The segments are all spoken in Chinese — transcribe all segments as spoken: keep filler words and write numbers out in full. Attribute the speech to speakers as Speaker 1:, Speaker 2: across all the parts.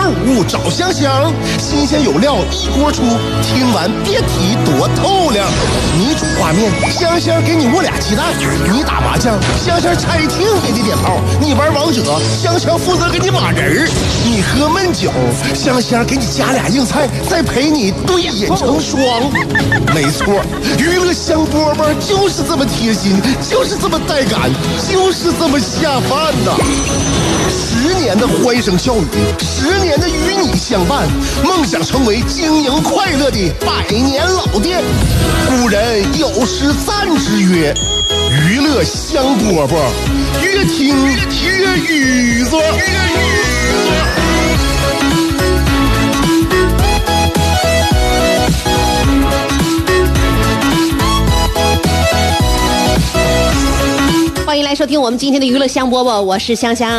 Speaker 1: 五找香香，新鲜有料一锅出，听完别提多透亮。你煮画面，香香给你握俩鸡蛋；你打麻将，香香拆听给你点炮；你玩王者，香香负责给你码人儿；你喝闷酒，香香给你加俩硬菜，再陪你对饮成双。没错，娱乐香饽饽就是这么贴心，就是这么带感，就是这么下饭呐！十年的欢声笑语，十年的与你相伴，梦想成为经营快乐的百年老店。古人有诗赞之曰：娱乐香饽饽，越听越雨子。
Speaker 2: 欢迎来收听我们今天的娱乐香饽饽，我是香香。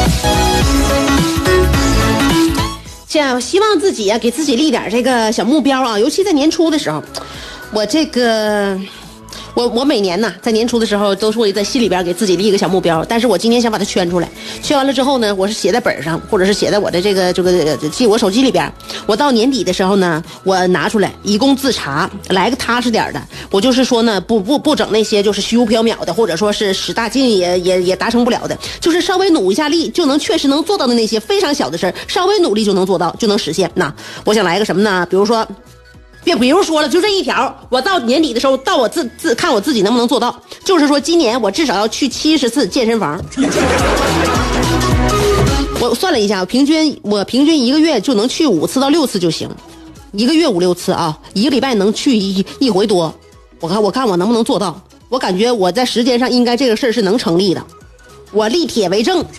Speaker 2: 这样希望自己啊，给自己立点这个小目标啊，尤其在年初的时候，我这个。我我每年呢，在年初的时候都是会在心里边给自己立一个小目标，但是我今天想把它圈出来，圈完了之后呢，我是写在本上，或者是写在我的这个这个记我手机里边。我到年底的时候呢，我拿出来以供自查，来个踏实点的。我就是说呢，不不不整那些就是虚无缥缈的，或者说是使大劲也也也达成不了的，就是稍微努一下力就能确实能做到的那些非常小的事儿，稍微努力就能做到，就能实现。那我想来个什么呢？比如说。别比如说了，就这一条，我到年底的时候，到我自自看我自己能不能做到。就是说，今年我至少要去七十次健身房。我算了一下，平均我平均一个月就能去五次到六次就行，一个月五六次啊，一个礼拜能去一一回多。我看我看我能不能做到？我感觉我在时间上应该这个事儿是能成立的，我立帖为证。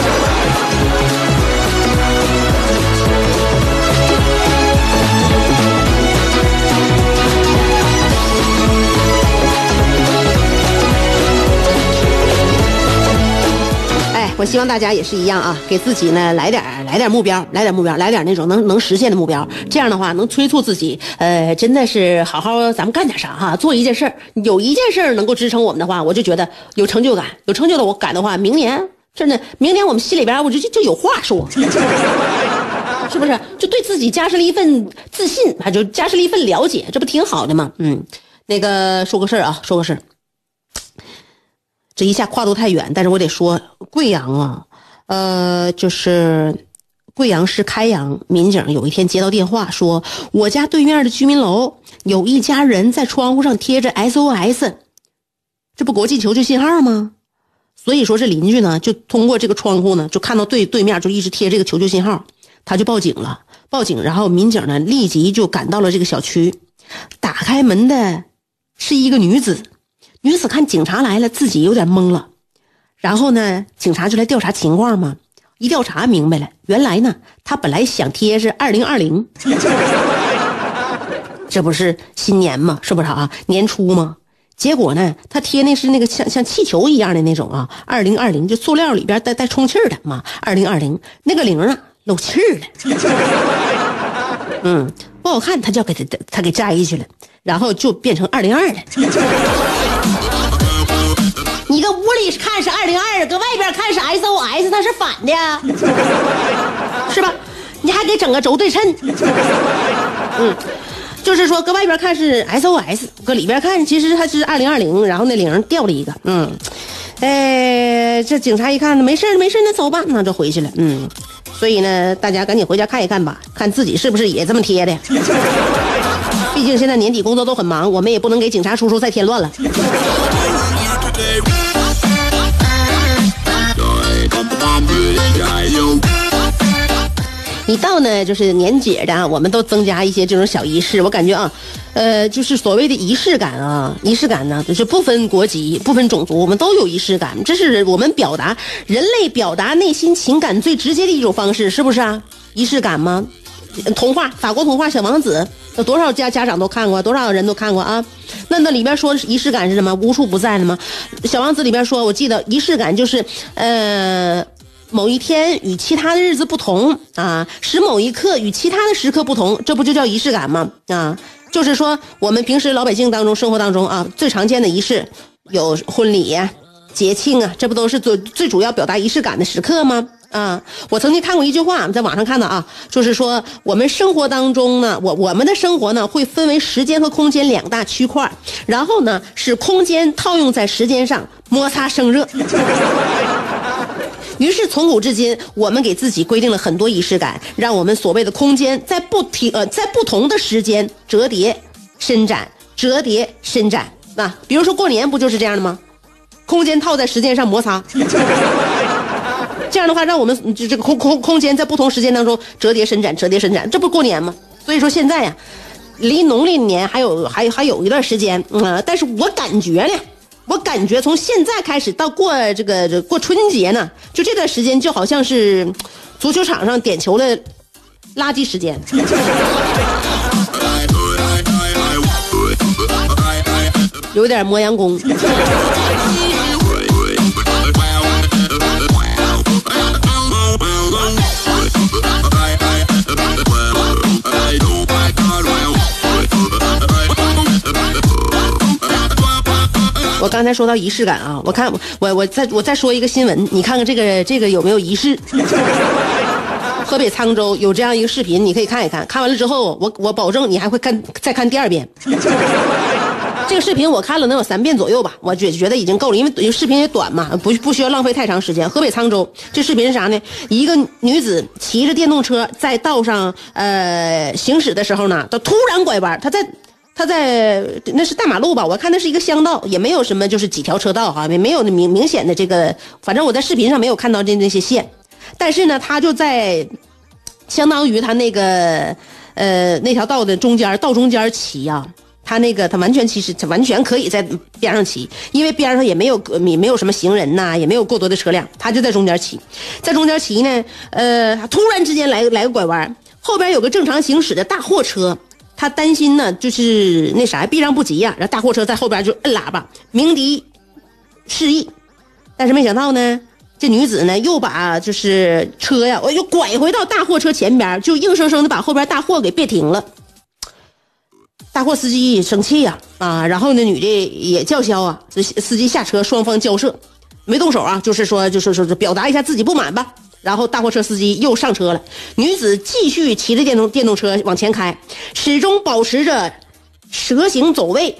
Speaker 2: 我希望大家也是一样啊，给自己呢来点来点目标，来点目标，来点那种能能实现的目标。这样的话能催促自己，呃，真的是好好咱们干点啥哈，做一件事儿，有一件事儿能够支撑我们的话，我就觉得有成就感，有成就的我感的话，明年真的明年我们心里边我就就就有话说，是不是？就对自己加深了一份自信，还就加深了一份了解，这不挺好的吗？嗯，那个说个事儿啊，说个事儿。这一下跨度太远，但是我得说贵阳啊，呃，就是贵阳市开阳民警有一天接到电话说，我家对面的居民楼有一家人在窗户上贴着 S O S， 这不国际求救信号吗？所以说这邻居呢就通过这个窗户呢就看到对对面就一直贴这个求救信号，他就报警了，报警，然后民警呢立即就赶到了这个小区，打开门的是一个女子。女子看警察来了，自己有点懵了，然后呢，警察就来调查情况嘛。一调查明白了，原来呢，他本来想贴是二零二零，这不是新年嘛，是不是啊？年初嘛。结果呢，他贴那是那个像像气球一样的那种啊，二零二零就塑料里边带带充气的嘛，二零二零那个零啊漏气了，嗯，不好看，他就要给他他给摘去了，然后就变成二零二了。你搁屋里看是二零二，搁外边看是 S O S， 它是反的呀，是吧？你还给整个轴对称，嗯，就是说搁外边看是 S O S， 搁里边看其实它是二零二零，然后那零掉了一个，嗯，哎，这警察一看没事没事，那走吧，那就回去了，嗯，所以呢，大家赶紧回家看一看吧，看自己是不是也这么贴的。毕竟现在年底工作都很忙，我们也不能给警察叔叔再添乱了。一到呢就是年节的啊，我们都增加一些这种小仪式，我感觉啊，呃，就是所谓的仪式感啊，仪式感呢，就是不分国籍、不分种族，我们都有仪式感，这是我们表达人类表达内心情感最直接的一种方式，是不是啊？仪式感吗？童话，法国童话《小王子》，有多少家家长都看过，多少人都看过啊？那那里边说仪式感是什么？无处不在的吗？《小王子》里边说，我记得仪式感就是呃。某一天与其他的日子不同啊，使某一刻与其他的时刻不同，这不就叫仪式感吗？啊，就是说我们平时老百姓当中生活当中啊，最常见的仪式有婚礼呀、节庆啊，这不都是最最主要表达仪式感的时刻吗？ 啊，我曾经看过一句话，在网上看到啊，就是说我们生活当中呢，我我们的生活呢会分为时间和空间两大区块，然后呢使空间套用在时间上，摩擦生热。于是从古至今，我们给自己规定了很多仪式感，让我们所谓的空间在不停呃在不同的时间折叠伸展，折叠伸展啊。比如说过年不就是这样的吗？空间套在时间上摩擦。这样的话，让我们这个空空空间在不同时间当中折叠伸展，折叠伸展，这不过年吗？所以说现在呀、啊，离农历年还有还还有一段时间，嗯，但是我感觉呢，我感觉从现在开始到过这个这过春节呢，就这段时间就好像是足球场上点球的垃圾时间。有点磨洋工。我刚才说到仪式感啊，我看我我再我再说一个新闻，你看看这个这个有没有仪式？河北沧州有这样一个视频，你可以看一看，看完了之后，我我保证你还会看再看第二遍。这个视频我看了能有三遍左右吧，我觉觉得已经够了，因为视频也短嘛，不不需要浪费太长时间。河北沧州这视频是啥呢？一个女子骑着电动车在道上呃行驶的时候呢，她突然拐弯，她在。他在那是大马路吧，我看那是一个乡道，也没有什么就是几条车道哈，也没有明明显的这个，反正我在视频上没有看到这那些线，但是呢，他就在相当于他那个呃那条道的中间道中间骑啊，他那个他完全其实他完全可以在边上骑，因为边上也没有也没有什么行人呐、啊，也没有过多的车辆，他就在中间骑，在中间骑呢，呃，突然之间来来个拐弯，后边有个正常行驶的大货车。他担心呢，就是那啥避让不及呀、啊，然后大货车在后边就摁喇叭鸣笛示意，但是没想到呢，这女子呢又把就是车呀，我又拐回到大货车前边，就硬生生的把后边大货给别停了。大货司机生气呀、啊，啊，然后那女的也叫嚣啊，司机下车，双方交涉，没动手啊，就是说就是说表达一下自己不满吧。然后大货车司机又上车了，女子继续骑着电动电动车往前开，始终保持着蛇形走位，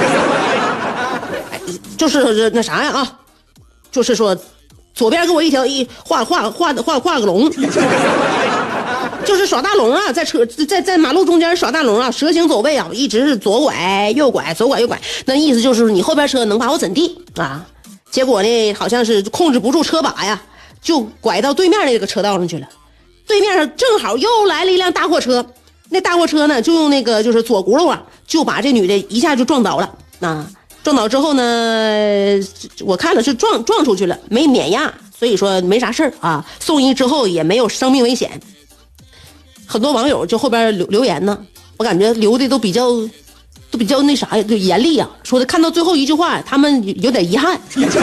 Speaker 2: 就是那啥呀啊，就是说左边给我一条一画画画画画个龙，就是耍大龙啊，在车在在马路中间耍大龙啊，蛇形走位啊，一直是左拐右拐左拐右拐，那意思就是你后边车能把我怎地啊？结果呢，好像是控制不住车把呀。就拐到对面那个车道上去了，对面上正好又来了一辆大货车，那大货车呢就用那个就是左轱辘啊，就把这女的一下就撞倒了。啊，撞倒之后呢，我看了是撞撞出去了，没碾压，所以说没啥事儿啊。送医之后也没有生命危险。很多网友就后边留留言呢，我感觉留的都比较都比较那啥呀，就严厉啊，说的看到最后一句话，他们有点遗憾。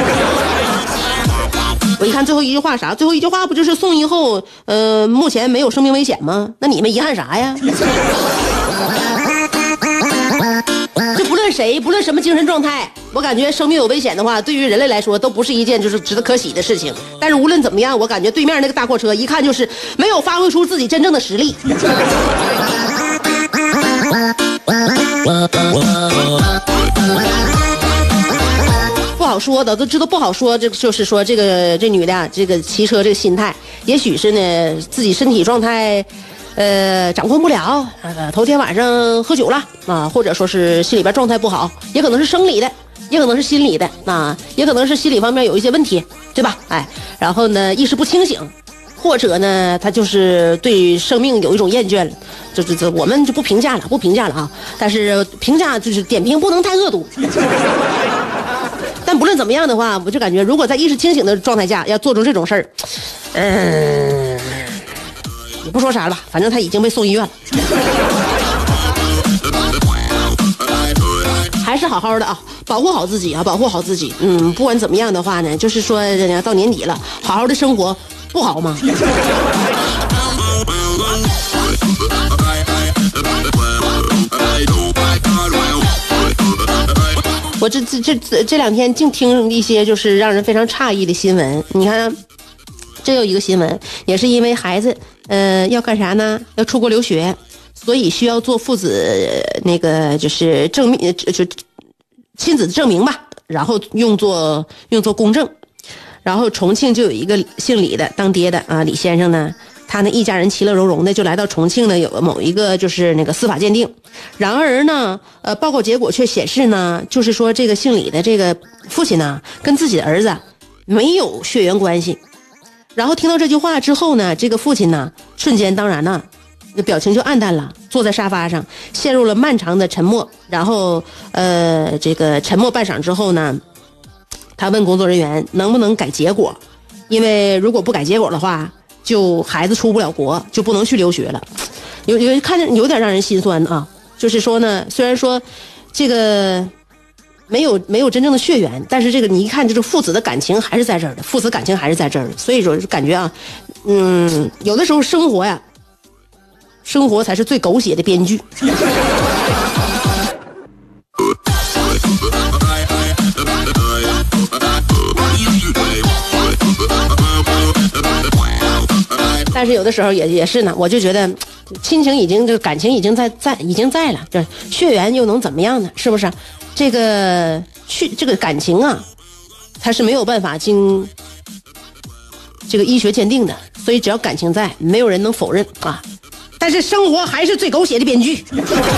Speaker 2: 我一看最后一句话啥？最后一句话不就是送医后，呃，目前没有生命危险吗？那你们遗憾啥呀？这不论谁，不论什么精神状态，我感觉生命有危险的话，对于人类来说都不是一件就是值得可喜的事情。但是无论怎么样，我感觉对面那个大货车一看就是没有发挥出自己真正的实力。不好说的，都知道不好说。这就是说，这个这女的、啊、这个骑车这个心态，也许是呢自己身体状态，呃掌控不了，呃头天晚上喝酒了啊，或者说是心里边状态不好，也可能是生理的，也可能是心理的啊，也可能是心理方面有一些问题，对吧？哎，然后呢意识不清醒，或者呢他就是对生命有一种厌倦了，这这这我们就不评价了，不评价了啊。但是评价就是点评不能太恶毒。但不论怎么样的话，我就感觉如果在意识清醒的状态下要做出这种事儿，嗯，也不说啥了吧，反正他已经被送医院了。还是好好的啊，保护好自己啊，保护好自己。嗯，不管怎么样的话呢，就是说到年底了，好好的生活不好吗？我这这这这两天净听一些就是让人非常诧异的新闻。你看， 这有一个新闻，也是因为孩子呃要干啥呢？要出国留学，所以需要做父子那个就是证明，就亲子证明吧，然后用作用作公证。然后重庆就有一个姓李的当爹的啊，李先生呢，他那一家人其乐融融的就来到重庆呢，有某一个就是那个司法鉴定。然而呢，呃，报告结果却显示呢，就是说这个姓李的这个父亲呢，跟自己的儿子没有血缘关系。然后听到这句话之后呢，这个父亲呢，瞬间当然呢，那表情就暗淡了，坐在沙发上陷入了漫长的沉默。然后呃，这个沉默半晌之后呢，他问工作人员能不能改结果，因为如果不改结果的话，就孩子出不了国，就不能去留学了。有有看着有点让人心酸啊，就是说呢，虽然说这个没有没有真正的血缘，但是这个你一看，就是父子的感情还是在这儿的，父子感情还是在这儿的。所以说感觉啊，嗯，有的时候生活呀，生活才是最狗血的编剧。但是有的时候也也是呢，我就觉得亲情已经这个感情已经在在已经在了，这血缘又能怎么样呢？是不是？这个去这个感情啊，它是没有办法经这个医学鉴定的，所以只要感情在，没有人能否认啊。但是生活还是最狗血的编剧。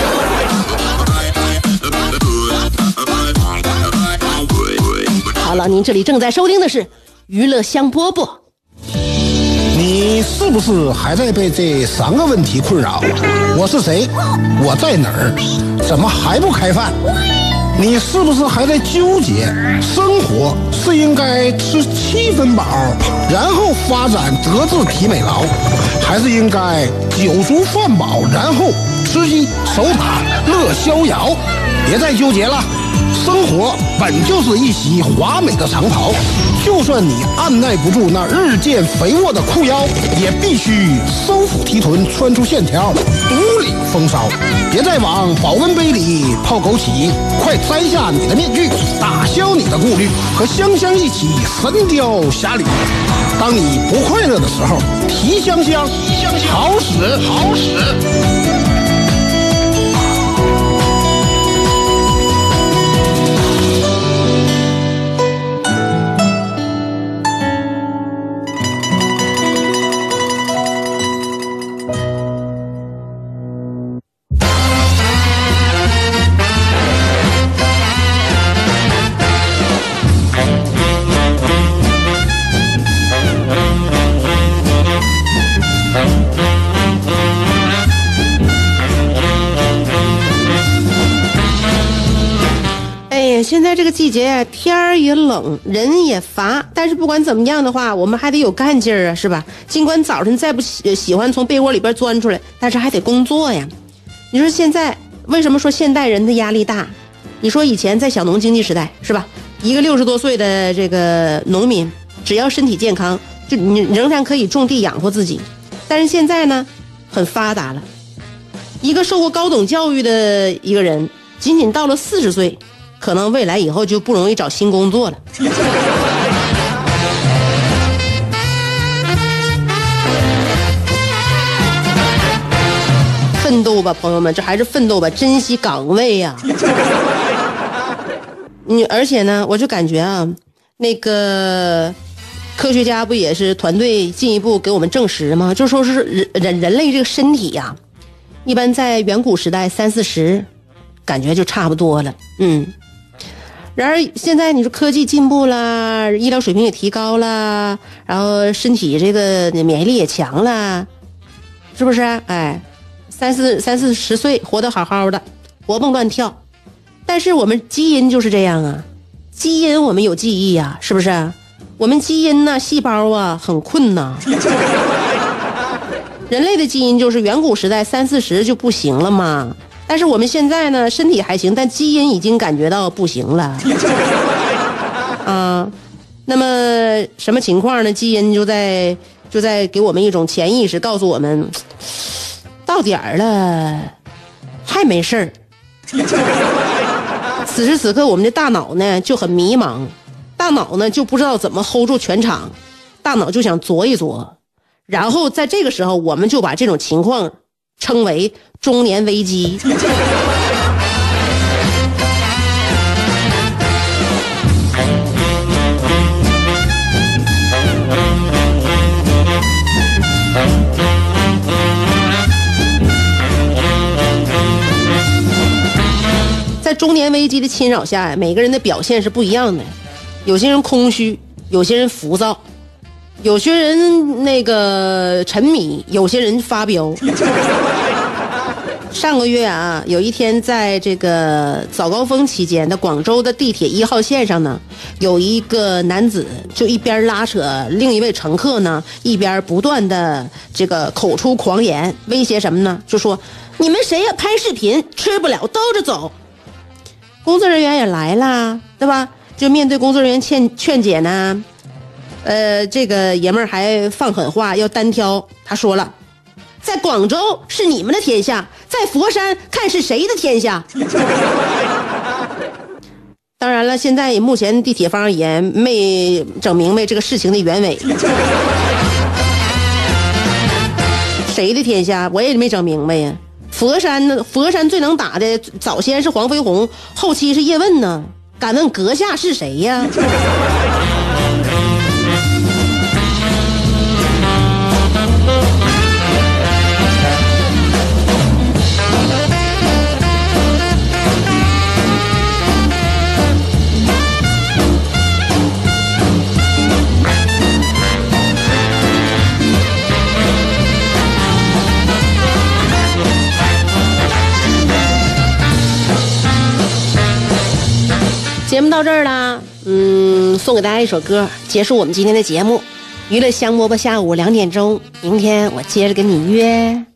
Speaker 2: 好了，您这里正在收听的是娱乐香饽饽。
Speaker 1: 你是不是还在被这三个问题困扰？我是谁？我在哪儿？怎么还不开饭？你是不是还在纠结生活是应该吃七分饱，然后发展德智体美劳，还是应该酒足饭饱，然后吃鸡守塔乐逍遥？别再纠结了，生活本就是一袭华美的长袍，就算你按耐不住那日渐肥沃的裤腰，也必须收腹提臀，穿出线条，独领风骚。别再往保温杯里泡枸杞，快摘下你的面具，打消你的顾虑，和香香一起神雕侠侣。当你不快乐的时候，提香香，好使好使。
Speaker 2: 现在这个季节天儿也冷，人也乏，但是不管怎么样的话，我们还得有干劲儿啊，是吧？尽管早晨再不喜喜欢从被窝里边钻出来，但是还得工作呀。你说现在为什么说现代人的压力大？你说以前在小农经济时代，是吧？一个六十多岁的这个农民，只要身体健康，就你仍然可以种地养活自己。但是现在呢，很发达了，一个受过高等教育的一个人，仅仅到了四十岁。可能未来以后就不容易找新工作了。奋斗吧，朋友们，这还是奋斗吧，珍惜岗位呀、啊。你而且呢，我就感觉啊，那个科学家不也是团队进一步给我们证实吗？就说是人人人类这个身体呀、啊，一般在远古时代三四十，感觉就差不多了，嗯。然而现在你说科技进步了，医疗水平也提高了，然后身体这个免疫力也强了，是不是？哎，三四三四十岁活得好好的，活蹦乱跳。但是我们基因就是这样啊，基因我们有记忆啊，是不是？我们基因呢，细胞啊很困呐。人类的基因就是远古时代三四十就不行了嘛。但是我们现在呢，身体还行，但基因已经感觉到不行了，啊，那么什么情况呢？基因就在就在给我们一种潜意识，告诉我们，到点儿了，还没事儿。此时此刻，我们的大脑呢就很迷茫，大脑呢就不知道怎么 hold 住全场， 大脑就想琢一琢，然后在这个时候我们就把这种情况称为中年危机。在中年危机的侵扰下，每个人的表现是不一样的，有些人空虚，有些人浮躁，有些人那个沉迷，有些人发飙。上个月啊，有一天在这个早高峰期间的广州的地铁一号线上呢，有一个男子就一边拉扯另一位乘客呢，一边不断的这个口出狂言，威胁什么呢？就说你们谁也拍视频，吃不了兜着走。工作人员也来了，对吧？就面对工作人员劝劝解呢，呃，这个爷们儿还放狠话，要单挑。他说了，在广州是你们的天下，在佛山看是谁的天下。当然了，现在目前地铁方也没整明白这个事情的原委。谁的天下我也没整明白呀。佛山呢？佛山最能打的，早先是黄飞鸿，后期是叶问呢。敢问阁下是谁呀？节目到这儿了，嗯，送给大家一首歌，结束我们今天的节目。娱乐香饽饽下午两点钟，明天我接着跟你约。